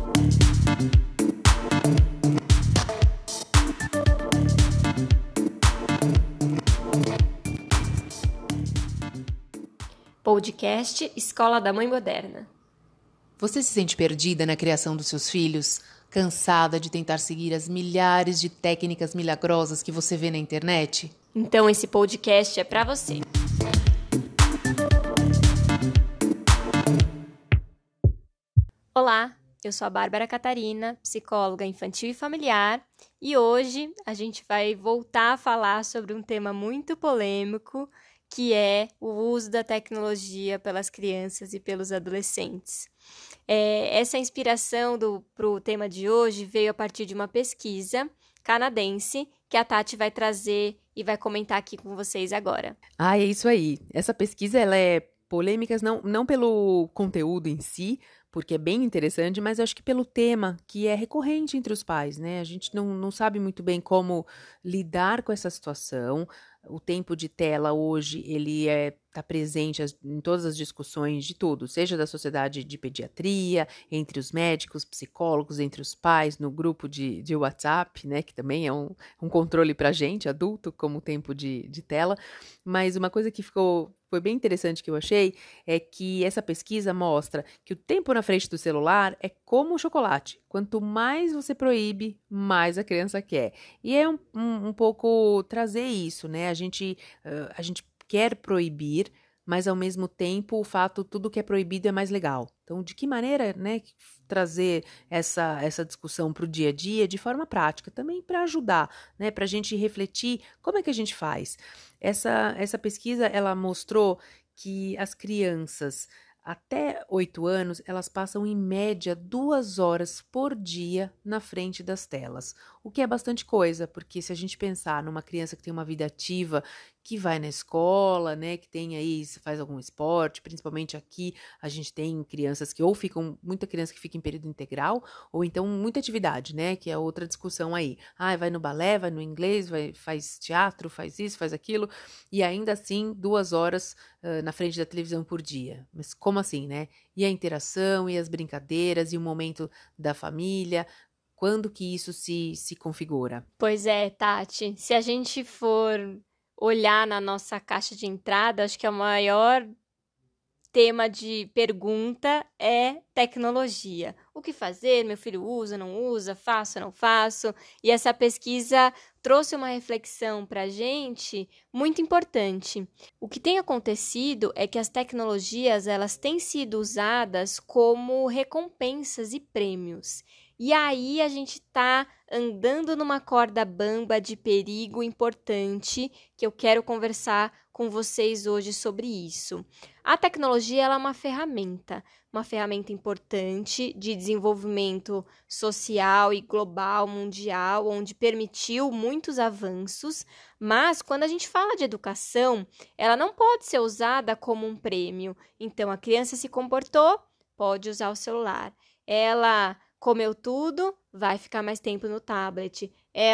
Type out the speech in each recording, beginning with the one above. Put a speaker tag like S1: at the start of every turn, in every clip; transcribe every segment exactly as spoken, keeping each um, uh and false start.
S1: Podcast Escola da Mãe Moderna.
S2: Você se sente perdida na criação dos seus filhos? Cansada de tentar seguir as milhares de técnicas milagrosas que você vê na internet?
S1: Então esse podcast é para você. Olá, eu sou a Bárbara Catarina, psicóloga infantil e familiar, e hoje a gente vai voltar a falar sobre um tema muito polêmico, que é o uso da tecnologia pelas crianças e pelos adolescentes. É, essa inspiração para o tema de hoje veio a partir de uma pesquisa canadense que a Tati vai trazer e vai comentar aqui com vocês agora.
S3: Ah, é isso aí. Essa pesquisa ela é polêmica não, não pelo conteúdo em si, porque é bem interessante, mas acho que pelo tema, que é recorrente entre os pais, né? A gente não, não sabe muito bem como lidar com essa situação. O tempo de tela hoje, ele é está presente em todas as discussões de tudo, seja da sociedade de pediatria, entre os médicos, psicólogos, entre os pais, no grupo de, de WhatsApp, né, que também é um, um controle para a gente, adulto, como o tempo de, de tela. Mas uma coisa que ficou, foi bem interessante que eu achei, é que essa pesquisa mostra que o tempo na frente do celular é como o chocolate. Quanto mais você proíbe, mais a criança quer. E é um, um, um pouco trazer isso, né, a gente, uh, a gente quer proibir, mas ao mesmo tempo o fato, tudo que é proibido é mais legal. Então, de que maneira, né, trazer essa, essa discussão para o dia a dia de forma prática, também para ajudar, né, para a gente refletir como é que a gente faz. Essa, essa pesquisa, ela mostrou que as crianças até oito anos, elas passam em média duas horas por dia na frente das telas, o que é bastante coisa, porque se a gente pensar numa criança que tem uma vida ativa, que vai na escola, né, que tem aí, faz algum esporte, principalmente aqui a gente tem crianças que ou ficam, muita criança que fica em período integral, ou então muita atividade, né, que é outra discussão aí. Ah, vai no balé, vai no inglês, vai, faz teatro, faz isso, faz aquilo, e ainda assim duas horas uh, na frente da televisão por dia. Mas como assim, né? E a interação, e as brincadeiras, e o momento da família, quando que isso se, se configura?
S1: Pois é, Tati, se a gente for olhar na nossa caixa de entrada, acho que é o maior tema de pergunta é tecnologia. O que fazer? Meu filho usa, não usa? Faço, não faço? E essa pesquisa trouxe uma reflexão para a gente muito importante. O que tem acontecido é que as tecnologias elas têm sido usadas como recompensas e prêmios. E aí a gente está andando numa corda bamba de perigo importante que eu quero conversar com vocês hoje sobre isso. A tecnologia ela é uma ferramenta, uma ferramenta importante de desenvolvimento social e global, mundial, onde permitiu muitos avanços, mas quando a gente fala de educação, ela não pode ser usada como um prêmio. Então, a criança se comportou, pode usar o celular. Ela comeu tudo, vai ficar mais tempo no tablet.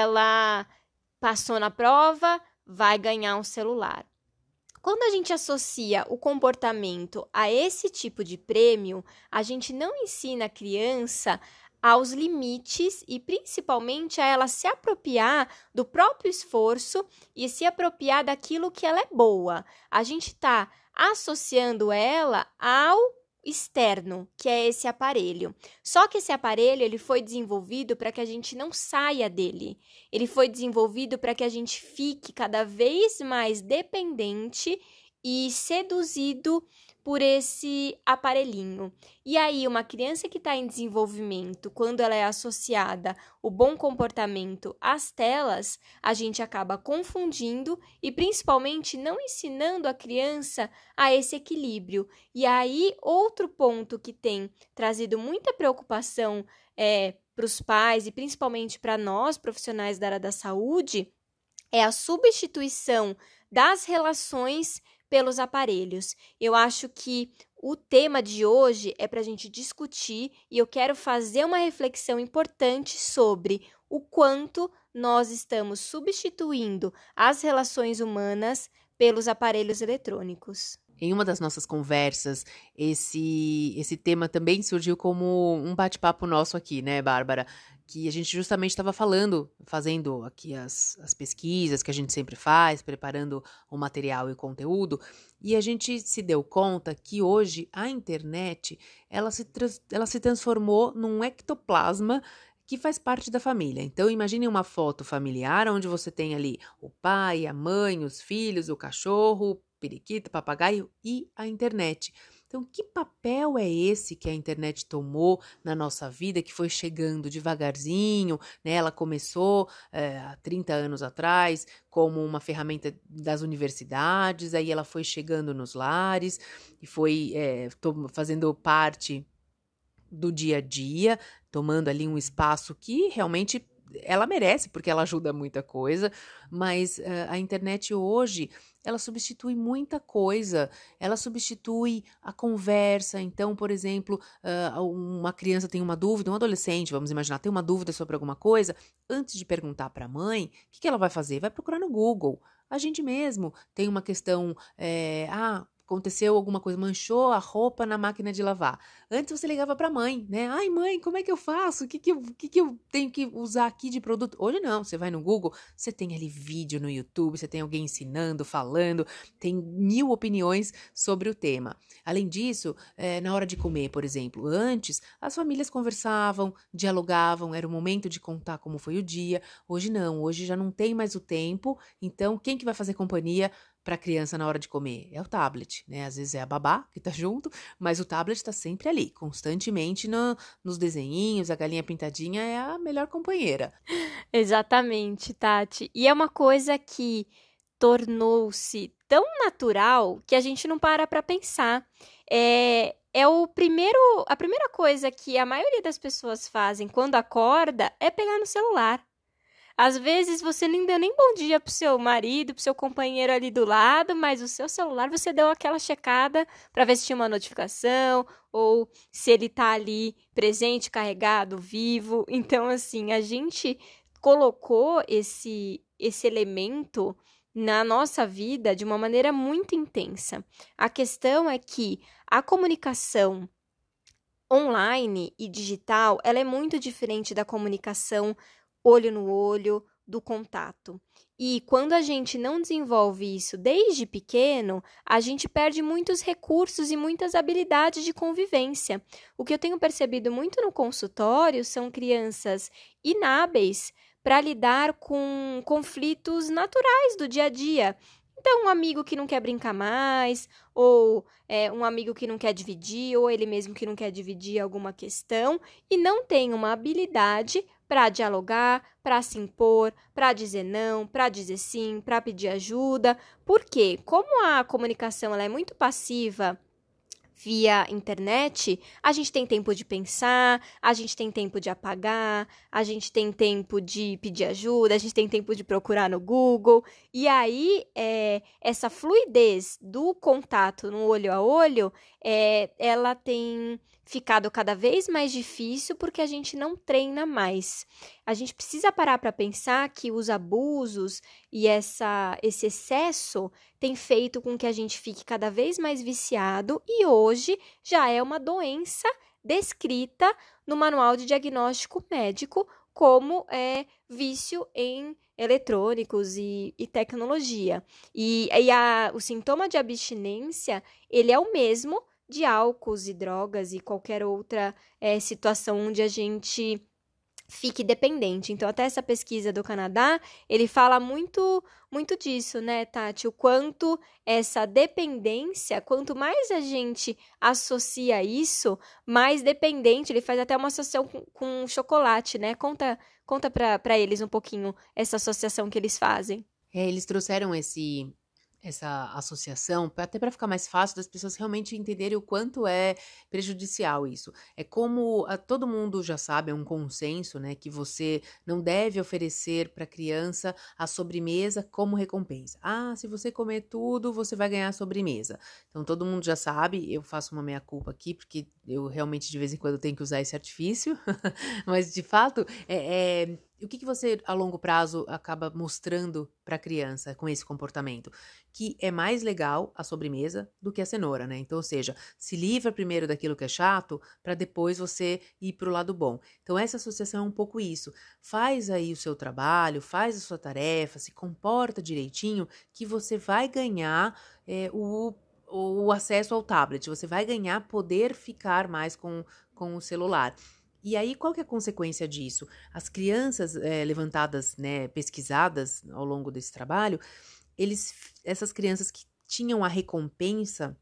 S1: Ela passou na prova, vai ganhar um celular. Quando a gente associa o comportamento a esse tipo de prêmio, a gente não ensina a criança aos limites e principalmente a ela se apropriar do próprio esforço e se apropriar daquilo que ela é boa. A gente está associando ela ao externo, que é esse aparelho. Só que esse aparelho ele foi desenvolvido para que a gente não saia dele. Ele foi desenvolvido para que a gente fique cada vez mais dependente e seduzido por esse aparelhinho. E aí, uma criança que está em desenvolvimento, quando ela é associada o bom comportamento às telas, a gente acaba confundindo e principalmente não ensinando a criança a esse equilíbrio. E aí, outro ponto que tem trazido muita preocupação é, para os pais e principalmente para nós, profissionais da área da saúde, é a substituição das relações pelos aparelhos. Eu acho que o tema de hoje é para a gente discutir e eu quero fazer uma reflexão importante sobre o quanto nós estamos substituindo as relações humanas pelos aparelhos eletrônicos.
S3: Em uma das nossas conversas, esse, esse tema também surgiu como um bate-papo nosso aqui, né, Bárbara? Que a gente justamente estava falando, fazendo aqui as, as pesquisas que a gente sempre faz, preparando o material e o conteúdo, e a gente se deu conta que hoje a internet, ela se, trans, ela se transformou num ectoplasma que faz parte da família. Então, imagine uma foto familiar onde você tem ali o pai, a mãe, os filhos, o cachorro, periquito, papagaio e a internet. Então, que papel é esse que a internet tomou na nossa vida, que foi chegando devagarzinho, né? Ela começou é, há trinta anos atrás como uma ferramenta das universidades, aí ela foi chegando nos lares e foi é, fazendo parte do dia a dia, tomando ali um espaço que realmente ela merece, porque ela ajuda muita coisa, mas uh, a internet hoje, ela substitui muita coisa, ela substitui a conversa. Então, por exemplo, uh, uma criança tem uma dúvida, um adolescente, vamos imaginar, tem uma dúvida sobre alguma coisa, antes de perguntar para a mãe, o que, que ela vai fazer? Vai procurar no Google. A gente mesmo tem uma questão, é, ah, aconteceu alguma coisa, manchou a roupa na máquina de lavar. Antes você ligava para a mãe, né? Ai, mãe, como é que eu faço? O que, que, eu, que, que eu tenho que usar aqui de produto? Hoje não, você vai no Google, você tem ali vídeo no YouTube, você tem alguém ensinando, falando, tem mil opiniões sobre o tema. Além disso, é, na hora de comer, por exemplo, antes as famílias conversavam, dialogavam, era o momento de contar como foi o dia. Hoje não, hoje já não tem mais o tempo, então quem que vai fazer companhia para a criança na hora de comer? É o tablet, né? Às vezes é a babá que tá junto, mas o tablet tá sempre ali, constantemente no, nos desenhinhos, a galinha pintadinha é a melhor companheira.
S1: Exatamente, Tati. E é uma coisa que tornou-se tão natural que a gente não para para pensar. É, é o primeiro, a primeira coisa que a maioria das pessoas fazem quando acorda é pegar no celular. Às vezes você nem deu nem bom dia pro seu marido, pro seu companheiro ali do lado, mas o seu celular você deu aquela checada para ver se tinha uma notificação ou se ele tá ali presente, carregado, vivo. Então, assim, a gente colocou esse, esse elemento na nossa vida de uma maneira muito intensa. A questão é que a comunicação online e digital, ela é muito diferente da comunicação olho no olho, do contato. E quando a gente não desenvolve isso desde pequeno, a gente perde muitos recursos e muitas habilidades de convivência. O que eu tenho percebido muito no consultório são crianças inábeis para lidar com conflitos naturais do dia a dia. Então, um amigo que não quer brincar mais, ou é, um amigo que não quer dividir, ou ele mesmo que não quer dividir alguma questão, e não tem uma habilidade para dialogar, para se impor, para dizer não, para dizer sim, para pedir ajuda. Porque, como a comunicação ela é muito passiva via internet, a gente tem tempo de pensar, a gente tem tempo de apagar, a gente tem tempo de pedir ajuda, a gente tem tempo de procurar no Google. E aí, é, essa fluidez do contato no olho a olho, é, ela tem ficado cada vez mais difícil porque a gente não treina mais. A gente precisa parar para pensar que os abusos e essa, esse excesso tem feito com que a gente fique cada vez mais viciado e hoje já é uma doença descrita no manual de diagnóstico médico como é vício em eletrônicos e, e tecnologia. E, e a, o sintoma de abstinência, ele é o mesmo de álcools e drogas e qualquer outra é, situação onde a gente fique dependente. Então, até essa pesquisa do Canadá, ele fala muito, muito disso, né, Tati? O quanto essa dependência, quanto mais a gente associa isso, mais dependente, ele faz até uma associação com, com chocolate, né? Conta, conta para eles um pouquinho essa associação que eles fazem.
S3: É, eles trouxeram esse... essa associação, até para ficar mais fácil das pessoas realmente entenderem o quanto é prejudicial isso. É como a, todo mundo já sabe, é um consenso, né, que você não deve oferecer para a criança a sobremesa como recompensa. Ah, se você comer tudo, você vai ganhar a sobremesa. Então, todo mundo já sabe, eu faço uma meia-culpa aqui, porque eu realmente de vez em quando tenho que usar esse artifício, mas de fato, é... é
S2: E o que, que você, a longo prazo, acaba mostrando para a criança com esse comportamento? Que é mais legal a sobremesa do que a cenoura, né? Então, ou seja, se livra primeiro daquilo que é chato, para depois você ir para o lado bom. Então, essa associação é um pouco isso. Faz aí o seu trabalho, faz a sua tarefa, se comporta direitinho, que você vai ganhar é, o, o acesso ao tablet, você vai ganhar poder ficar mais com, com o celular. E aí, qual que é a consequência disso? As crianças é, levantadas, né, pesquisadas ao longo desse trabalho, eles, essas crianças que tinham a recompensa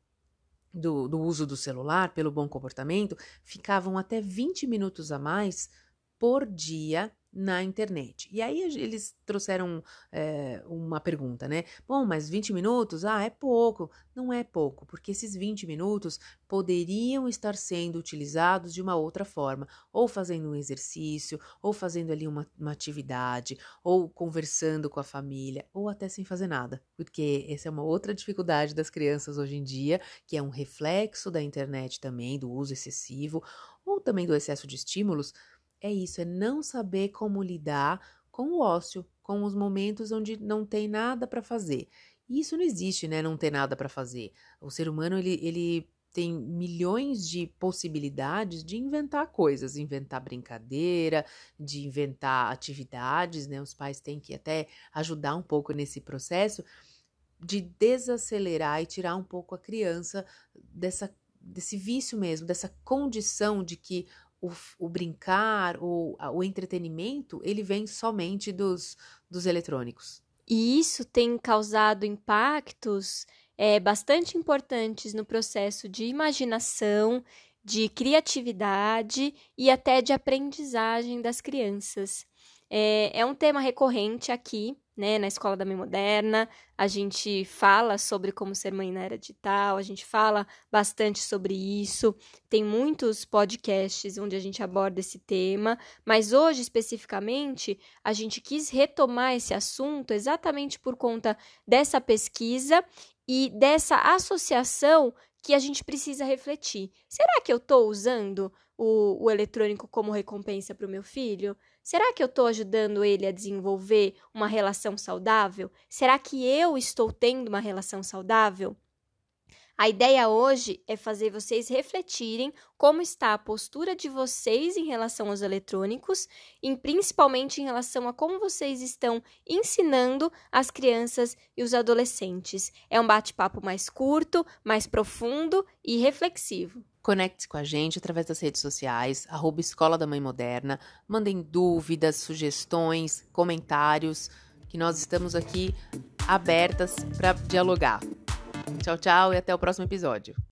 S2: do, do uso do celular pelo bom comportamento, ficavam até vinte minutos a mais por dia na internet. E aí eles trouxeram é, uma pergunta, né? Bom, mas vinte minutos? Ah, é pouco. Não é pouco, porque esses vinte minutos poderiam estar sendo utilizados de uma outra forma, ou fazendo um exercício, ou fazendo ali uma, uma atividade, ou conversando com a família, ou até sem fazer nada, porque essa é uma outra dificuldade das crianças hoje em dia, que é um reflexo da internet também, do uso excessivo, ou também do excesso de estímulos. É isso, é não saber como lidar com o ócio, com os momentos onde não tem nada para fazer. E isso não existe, né? Não ter nada para fazer. O ser humano, ele, ele tem milhões de possibilidades de inventar coisas, inventar brincadeira, de inventar atividades, né? Os pais têm que até ajudar um pouco nesse processo de desacelerar e tirar um pouco a criança dessa, desse vício mesmo, dessa condição de que O, o brincar, o, o entretenimento, ele vem somente dos, dos eletrônicos.
S1: E isso tem causado impactos é, bastante importantes no processo de imaginação, de criatividade e até de aprendizagem das crianças. É, é um tema recorrente aqui, né, na Escola da Mãe Moderna. A gente fala sobre como ser mãe na era digital, a gente fala bastante sobre isso, tem muitos podcasts onde a gente aborda esse tema, mas hoje, especificamente, a gente quis retomar esse assunto exatamente por conta dessa pesquisa e dessa associação que a gente precisa refletir. Será que eu estou usando o, o eletrônico como recompensa para o meu filho? Será que eu estou ajudando ele a desenvolver uma relação saudável? Será que eu estou tendo uma relação saudável? A ideia hoje é fazer vocês refletirem como está a postura de vocês em relação aos eletrônicos e principalmente em relação a como vocês estão ensinando as crianças e os adolescentes. É um bate-papo mais curto, mais profundo e reflexivo.
S2: Conecte-se com a gente através das redes sociais, arroba Escola da Mãe Moderna. Mandem dúvidas, sugestões, comentários, que nós estamos aqui abertas para dialogar. Tchau, tchau e até o próximo episódio.